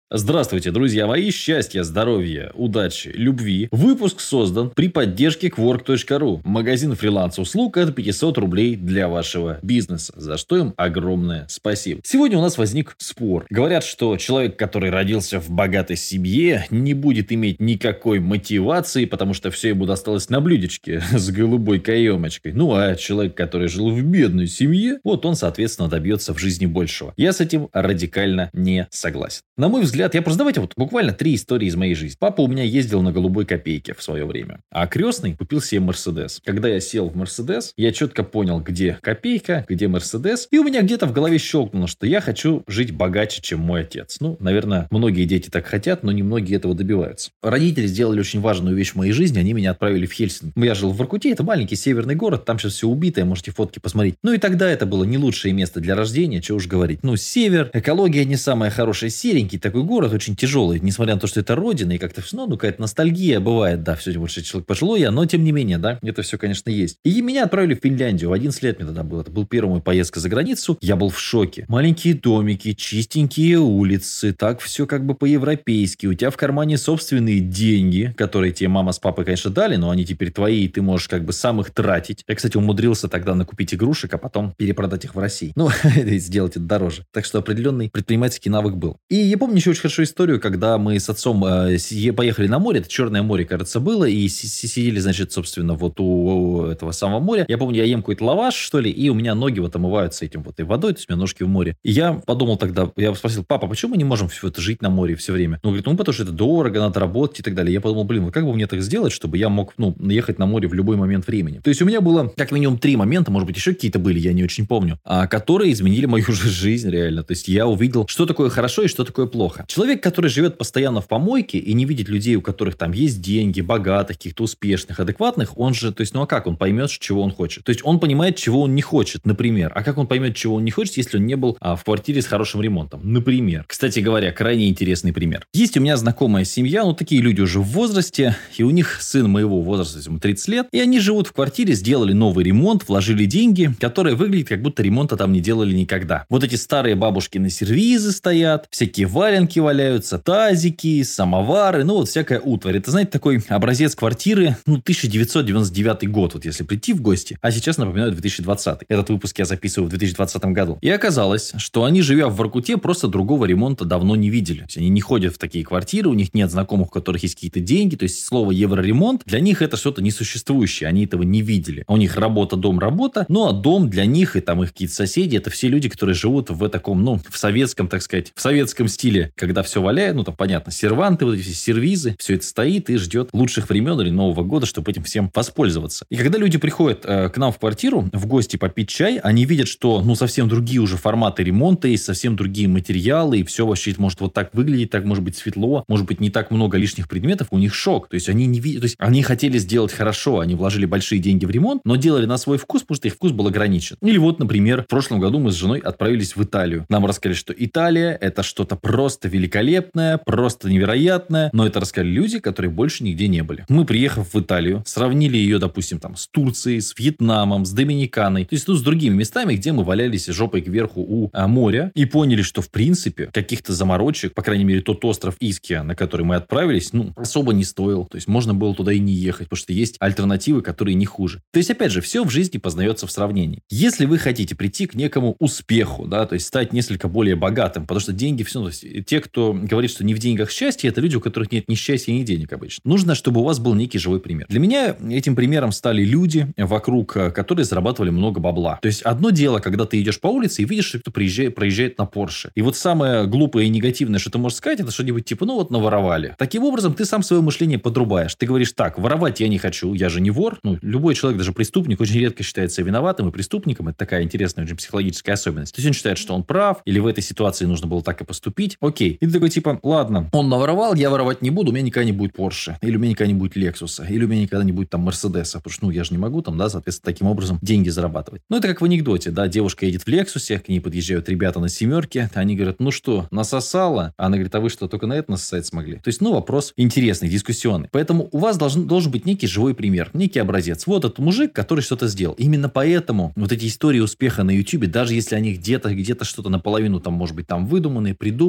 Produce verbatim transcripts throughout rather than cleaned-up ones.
Здравствуйте, друзья мои! Счастья, здоровья, удачи, любви. Выпуск создан при поддержке кворк точка ру. Магазин фриланс-услуг от пятьсот рублей для вашего бизнеса, за что им огромное спасибо. Сегодня у нас возник спор. Говорят, что человек, который родился в богатой семье, не будет иметь никакой мотивации, потому что все ему досталось на блюдечке с голубой каемочкой. Ну, а человек, который жил в бедной семье, вот он, соответственно, добьется в жизни большего. Я с этим радикально не согласен. На мой взгляд, я просто давайте вот буквально три истории из моей жизни. Папа у меня ездил на голубой копейке в свое время, а крестный купил себе Мерседес. Когда я сел в Мерседес, я четко понял, где копейка, где Мерседес, и у меня где-то в голове щелкнуло, что я хочу жить богаче, чем мой отец. Ну, наверное, многие дети так хотят, но не многие этого добиваются. Родители сделали очень важную вещь в моей жизни, они меня отправили в Хельсинки. Я жил в Воркуте, это маленький северный город, там сейчас все убитое, можете фотки посмотреть. Ну и тогда это было не лучшее место для рождения, чего уж говорить. Ну, север, экология не самая хорошая, серенький такой город, очень тяжелый, несмотря на то, что это родина, и как-то все, ну, какая-то ностальгия бывает, да, все больше человек пожилой я, но тем не менее, да, это все, конечно, есть. И меня отправили в Финляндию, в одиннадцать лет мне тогда было, это был первая моя поездка за границу, я был в шоке. Маленькие домики, чистенькие улицы, так все как бы по-европейски, у тебя в кармане собственные деньги, которые тебе мама с папой, конечно, дали, но они теперь твои, и ты можешь как бы сам их тратить. Я, кстати, умудрился тогда накупить игрушек, а потом перепродать их в России. Ну, сделать это дороже. Так что определенный предпринимательский навык был. И я помню еще очень хорошо историю, когда мы с отцом э, поехали на море, это Черное море, кажется, было, и сидели, значит, собственно, вот у этого самого моря. Я помню, я ем какой-то лаваш, что ли, и у меня ноги вот омываются этим вот и водой, то есть у меня ножки в море. И я подумал тогда, я спросил: папа, почему мы не можем все это жить на море все время? Он говорит: ну, потому что это дорого, надо работать и так далее. Я подумал: блин, вот как бы мне так сделать, чтобы я мог, ну, ехать на море в любой момент времени? То есть у меня было как минимум три момента, может быть, еще какие-то были, я не очень помню, а, которые изменили мою жизнь реально. То есть я увидел, что такое хорошо и что такое плохо. Человек, который живет постоянно в помойке и не видит людей, у которых там есть деньги, богатых, каких-то успешных, адекватных, он же, то есть, ну а как он поймет, чего он хочет? То есть он понимает, чего он не хочет, например. А как он поймет, чего он не хочет, если он не был а, в квартире с хорошим ремонтом? Например. Кстати говоря, крайне интересный пример. Есть у меня знакомая семья, ну такие люди уже в возрасте, и у них сын моего возраста, ему тридцать лет, и они живут в квартире, сделали новый ремонт, вложили деньги, которые выглядят, как будто ремонта там не делали никогда. Вот эти старые бабушкины сервизы стоят, всякие валенки валяются, тазики, самовары, ну вот всякая утварь. Это, знаете, такой образец квартиры, ну, тысяча девятьсот девяносто девятый год, вот если прийти в гости. А сейчас, напоминаю, две тысячи двадцатый. Этот выпуск я записываю в две тысячи двадцатом году. И оказалось, что они, живя в Воркуте, просто другого ремонта давно не видели. То есть они не ходят в такие квартиры, у них нет знакомых, у которых есть какие-то деньги. То есть слово евроремонт для них это что-то несуществующее. Они этого не видели. У них работа, дом, работа. Ну, а дом для них и там их какие-то соседи, это все люди, которые живут в таком, ну, в советском, так сказать, в советском стиле, когда все валяет, ну, там, понятно, серванты, вот эти все сервизы, все это стоит и ждет лучших времен или Нового года, чтобы этим всем воспользоваться. И когда люди приходят э, к нам в квартиру, в гости попить чай, они видят, что, ну, совсем другие уже форматы ремонта есть, совсем другие материалы, и все вообще может вот так выглядеть, так может быть светло, может быть не так много лишних предметов, у них шок. То есть они не видят, то есть они хотели сделать хорошо, они вложили большие деньги в ремонт, но делали на свой вкус, потому что их вкус был ограничен. Или вот, например, в прошлом году мы с женой отправились в Италию. Нам рассказали, что Италия это что-то просто великолепное, просто невероятное, но это рассказали люди, которые больше нигде не были. Мы, приехав в Италию, сравнили ее, допустим, там, с Турцией, с Вьетнамом, с Доминиканой, то есть, ну, с другими местами, где мы валялись жопой кверху у а, моря, и поняли, что, в принципе, каких-то заморочек, по крайней мере, тот остров Иския, на который мы отправились, ну, особо не стоил. То есть, можно было туда и не ехать, потому что есть альтернативы, которые не хуже. То есть, опять же, все в жизни познается в сравнении. Если вы хотите прийти к некому успеху, да, то есть, стать несколько более богатым, потому что деньги все, то есть, те, кто говорит, что не в деньгах счастье, это люди, у которых нет ни счастья, ни денег обычно. Нужно, чтобы у вас был некий живой пример. Для меня этим примером стали люди вокруг, которые зарабатывали много бабла. То есть, одно дело, когда ты идешь по улице и видишь, что кто приезжает, проезжает на Порше. И вот самое глупое и негативное, что ты можешь сказать, это что-нибудь типа, ну вот наворовали. Таким образом, ты сам свое мышление подрубаешь. Ты говоришь: так, воровать я не хочу, я же не вор. Ну, любой человек, даже преступник, очень редко считается виноватым и преступником. Это такая интересная очень психологическая особенность. То есть, он считает, что он прав, или в этой ситуации нужно было так и поступить. Окей. И ты такой типа: ладно, он наворовал, я воровать не буду, у меня никогда не будет Порше, или у меня никогда не будет Лексуса, или у меня никогда не будет там Мерседеса, потому что, ну, я же не могу там, да, соответственно, таким образом деньги зарабатывать. Ну, это как в анекдоте, да, девушка едет в Лексусе, к ней подъезжают ребята на семерке, они говорят: ну что, насосала? А она говорит: а вы что, только на это насосать смогли? То есть, ну, вопрос интересный, дискуссионный. Поэтому у вас должен, должен быть некий живой пример, некий образец. Вот этот мужик, который что-то сделал. Именно поэтому вот эти истории успеха на YouTube, даже если они где-то, где-то что-то наполовину там, может быть, там выдуманные, придуманные, понятно,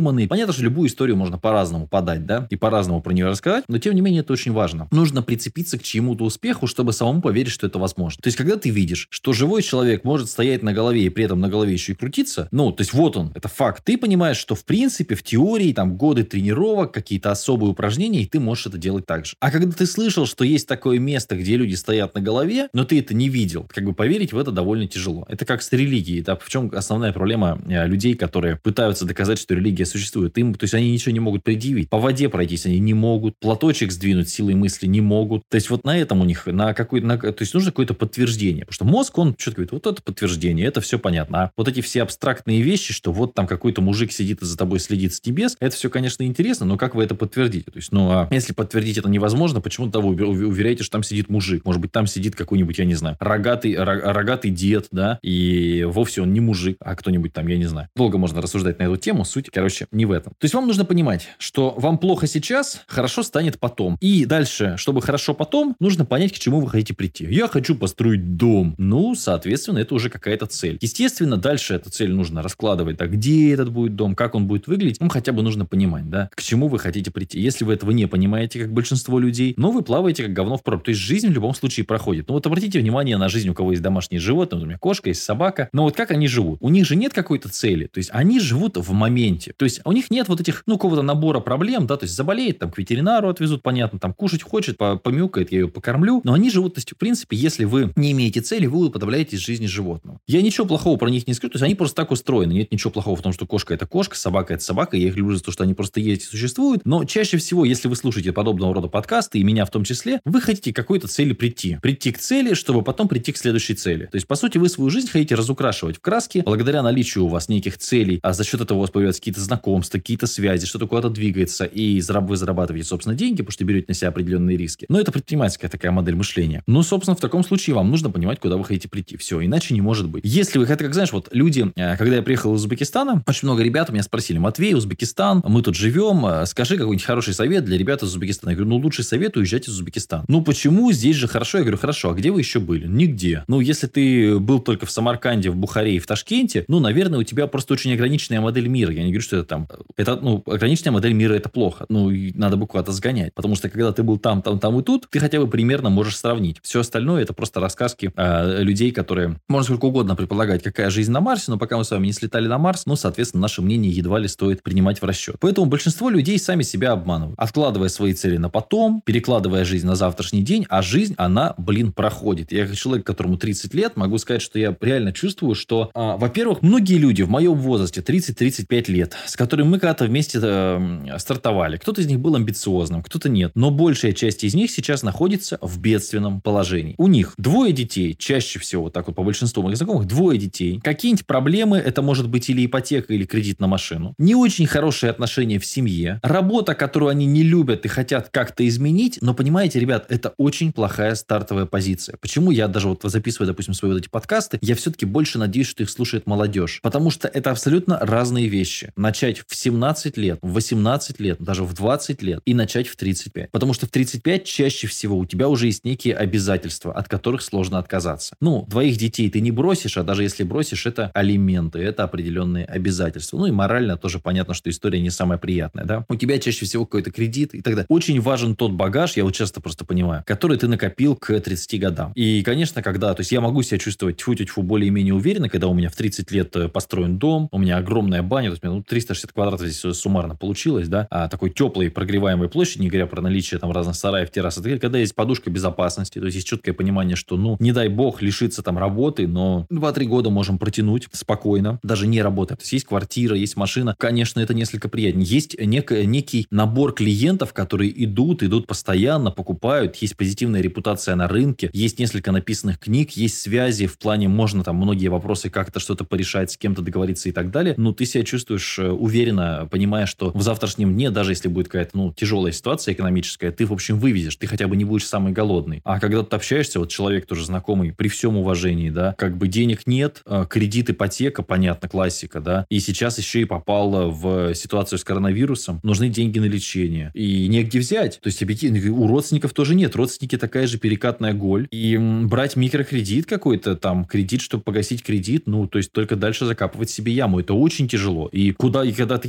понятно, что любую историю можно по-разному подать, да, и по-разному про нее рассказать, но тем не менее это очень важно. Нужно прицепиться к чьему-то успеху, чтобы самому поверить, что это возможно. То есть, когда ты видишь, что живой человек может стоять на голове и при этом на голове еще и крутиться, ну, то есть, вот он, это факт. Ты понимаешь, что в принципе, в теории, там, годы тренировок, какие-то особые упражнения, и ты можешь это делать так же. А когда ты слышал, что есть такое место, где люди стоят на голове, но ты это не видел, как бы поверить в это довольно тяжело. Это как с религией. Да? В чем основная проблема людей, которые пытаются доказать, что религия существует? Им, то есть, они ничего не могут предъявить. По воде пройтись они не могут, платочек сдвинуть силой мысли не могут. То есть, вот на этом у них, на какой на, то есть, нужно какое-то подтверждение. Потому что мозг, он что-то говорит, вот это подтверждение, это все понятно. А вот эти все абстрактные вещи, что вот там какой-то мужик сидит и за тобой следит с небес, это все, конечно, интересно, но как вы это подтвердите? То есть, ну, а если подтвердить это невозможно, почему-то вы уверяете, что там сидит мужик? Может быть, там сидит какой-нибудь, я не знаю, рогатый, рогатый дед, да, и вовсе он не мужик, а кто-нибудь там, я не знаю. Долго можно рассуждать на эту тему, суть, короче, не в этом. То есть, вам нужно понимать, что вам плохо сейчас, хорошо станет потом. И дальше, чтобы хорошо потом, нужно понять, к чему вы хотите прийти. Я хочу построить дом. Ну, соответственно, это уже какая-то цель. Естественно, дальше эту цель нужно раскладывать. Так, где этот будет дом, как он будет выглядеть, ну, хотя бы нужно понимать, да, к чему вы хотите прийти. Если вы этого не понимаете, как большинство людей, ну, вы плаваете как говно в прорубь. То есть, жизнь в любом случае проходит. Ну, вот обратите внимание на жизнь, у кого есть домашние животные, например, кошка, есть собака. Но вот как они живут? У них же нет какой-то цели. То есть, они живут в моменте. То есть, у них нет вот этих, ну, какого-то набора проблем, да, то есть, заболеет, там, к ветеринару отвезут, понятно, там, кушать хочет, помюкает, я ее покормлю. Но они живут, то есть, в принципе, если вы не имеете цели, вы уподобляетесь жизни животного. Я ничего плохого про них не скажу, то есть, они просто так устроены. Нет ничего плохого в том, что кошка – это кошка, собака – это собака, я их люблю за то, что они просто есть и существуют. Но чаще всего, если вы слушаете подобного рода подкасты, и меня в том числе, вы хотите к какой-то цели прийти. Прийти к цели, чтобы потом прийти к следующей цели. То есть, по сути, вы свою жизнь хотите разукрашивать в краске, благодаря наличию у вас неких целей, а за счет этого у вас появляются какие-то знакомства, какие-то связи, что-то куда-то двигается, и вы зарабатываете, собственно, деньги, потому что берете на себя определенные риски. Но это предпринимательская такая модель мышления. Ну, собственно, в таком случае вам нужно понимать, куда вы хотите прийти. Все, иначе не может быть. Если вы, это как, знаешь, вот люди, когда я приехал из Узбекистана, очень много ребят у меня спросили: Матвей, Узбекистан, мы тут живем, скажи какой-нибудь хороший совет для ребят из Узбекистана. Я говорю, ну, лучший совет — уезжать из Узбекистана. Ну, почему? Здесь же хорошо. Я говорю, хорошо, а где вы еще были? Нигде. Ну, если ты был только в Самарканде, в Бухаре и в Ташкенте, ну, наверное, у тебя просто очень ограниченная модель мира. Я не говорю, что это там... Это, ну, ограниченная модель мира — это плохо. Ну, и надо бы куда-то сгонять. Потому что, когда ты был там, там, там и тут, ты хотя бы примерно можешь сравнить. Все остальное — это просто рассказки э, людей, которые... Можно сколько угодно предполагать, какая жизнь на Марсе, но пока мы с вами не слетали на Марс, ну, соответственно, наше мнение едва ли стоит принимать в расчет. Поэтому большинство людей сами себя обманывают, откладывая свои цели на потом, перекладывая жизнь на завтрашний день, а жизнь, она, блин, проходит. Я как человек, которому тридцать лет, могу сказать, что я реально чувствую, что, а, во-первых, многие люди в моем возрасте, тридцать-тридцать пять лет, с которыми мы когда-то вместе э, стартовали, кто-то из них был амбициозным, кто-то нет, но большая часть из них сейчас находится в бедственном положении. У них двое детей, чаще всего, вот так вот по большинству моих знакомых, двое детей, какие-нибудь проблемы, это может быть или ипотека, или кредит на машину, не очень хорошие отношения в семье, работа, которую они не любят и хотят как-то изменить, но понимаете, ребят, это очень плохая стартовая позиция. Почему я даже вот записываю, допустим, свои вот эти подкасты, я все-таки больше надеюсь, что их слушает молодежь, потому что это абсолютно разные вещи. Начать в семнадцать лет, в восемнадцать лет, даже в двадцать лет и начать в тридцать пять. Потому что в тридцать пять чаще всего у тебя уже есть некие обязательства, от которых сложно отказаться. Ну, двоих детей ты не бросишь, а даже если бросишь, это алименты, это определенные обязательства. Ну и морально тоже понятно, что история не самая приятная, да? У тебя чаще всего какой-то кредит и так далее. Очень важен тот багаж, я вот часто просто понимаю, который ты накопил к тридцати годам. И, конечно, когда, то есть я могу себя чувствовать тьфу-тьфу более-менее уверенно, когда у меня в тридцать лет построен дом, у меня огромная баня, то есть у меня ну, триста шестьдесят квадратов здесь суммарно получилось, да, а такой теплой прогреваемой площади, не говоря про наличие там разных сараев, террас, когда есть подушка безопасности, то есть есть четкое понимание, что, ну, не дай бог лишиться там работы, но два-три года можем протянуть спокойно, даже не работая. То есть есть квартира, есть машина, конечно, это несколько приятнее. Есть нек- некий набор клиентов, которые идут, идут постоянно, покупают, есть позитивная репутация на рынке, есть несколько написанных книг, есть связи в плане, можно там многие вопросы как-то что-то порешать, с кем-то договориться и так далее, но ты себя чувствуешь уверенно, понимая, что в завтрашнем дне, даже если будет какая-то, ну, тяжелая ситуация экономическая, ты, в общем, вывезешь, ты хотя бы не будешь самый голодный. А когда ты общаешься, вот человек тоже знакомый, при всем уважении, да, как бы денег нет, кредит, ипотека, понятно, классика, да, и сейчас еще и попал в ситуацию с коронавирусом, нужны деньги на лечение, и негде взять, то есть объективно, у родственников тоже нет, родственники такая же перекатная голь, и брать микрокредит какой-то, там, кредит, чтобы погасить кредит, ну, то есть только дальше закапывать себе яму, это очень тяжело, и куда, и когда таких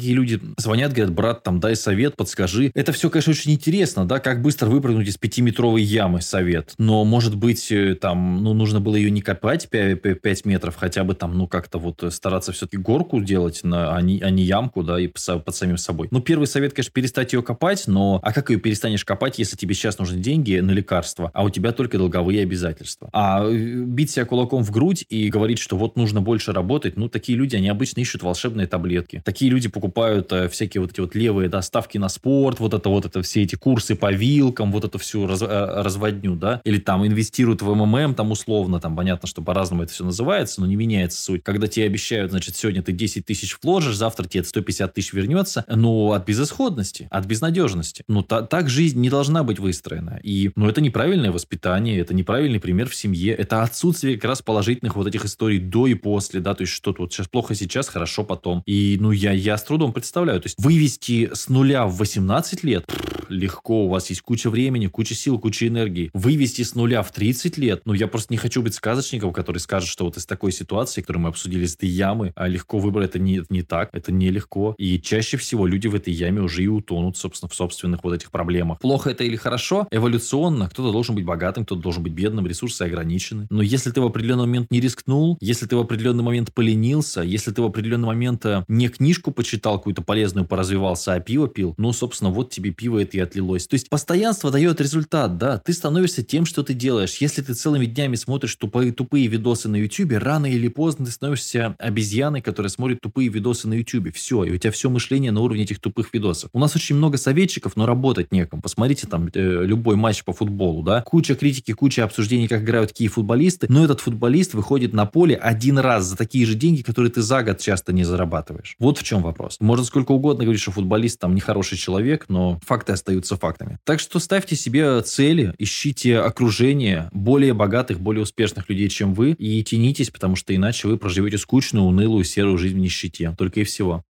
такие люди звонят, говорят, брат, там, дай совет, подскажи. Это все, конечно, очень интересно, да, как быстро выпрыгнуть из пятиметровой ямы, совет. Но, может быть, там, ну, нужно было ее не копать пять метров, хотя бы там, ну, как-то вот стараться все-таки горку делать, на, а, не, а не ямку, да, и под самим собой. Ну, первый совет, конечно, перестать ее копать, но а как ее перестанешь копать, если тебе сейчас нужны деньги на лекарства, а у тебя только долговые обязательства? А бить себя кулаком в грудь и говорить, что вот нужно больше работать, ну, такие люди, они обычно ищут волшебные таблетки. Такие люди покупают э, всякие вот эти вот левые, да, ставки на спорт, вот это вот это все эти курсы по вилкам, вот эту всю раз, э, разводню, да, или там инвестируют в МММ, там условно, там понятно, что по-разному это все называется, но не меняется суть. Когда тебе обещают, значит, сегодня ты десять тысяч вложишь, завтра тебе сто пятьдесят тысяч вернется, ну, от безысходности, от безнадежности. Ну, та, так жизнь не должна быть выстроена. И, ну, это неправильное воспитание, это неправильный пример в семье, это отсутствие как раз положительных вот этих историй до и после, да, то есть что-то вот сейчас плохо сейчас, хорошо потом. И, ну, я, я с трудом представляю, то есть вывести с нуля в восемнадцать лет легко, у вас есть куча времени, куча сил, куча энергии. Вывести с нуля в тридцать лет, ну, я просто не хочу быть сказочником, который скажет, что вот из такой ситуации, которую мы обсудили, из этой ямы, а легко выбрать, это не, это не так, это нелегко. И чаще всего люди в этой яме уже и утонут, собственно, в собственных вот этих проблемах. Плохо это или хорошо? Эволюционно. Кто-то должен быть богатым, кто-то должен быть бедным, ресурсы ограничены. Но если ты в определенный момент не рискнул, если ты в определенный момент поленился, если ты в определенный момент не книжку почитал какую-то полезную, поразвивался, а пиво пил, ну, собственно, вот тебе пиво это и отлилось. То есть постоянство дает результат, да, ты становишься тем, что ты делаешь. Если ты целыми днями смотришь тупые, тупые видосы на ютубе, рано или поздно ты становишься обезьяной, которая смотрит тупые видосы на ютубе. Все, и у тебя все мышление на уровне этих тупых видосов. У нас очень много советчиков, но работать некому. Посмотрите там э, любой матч по футболу, да, куча критики, куча обсуждений, как играют какие футболисты, но этот футболист выходит на поле один раз за такие же деньги, которые ты за год часто не зарабатываешь. Вот в чем вопрос. Можно сколько угодно говорить, что футболист там нехороший человек, но факты остаются фактами. Так что ставьте себе цели, ищите окружение более богатых, более успешных людей, чем вы, и тянитесь, потому что иначе вы проживете скучную, унылую, серую жизнь в нищете. Только и всего.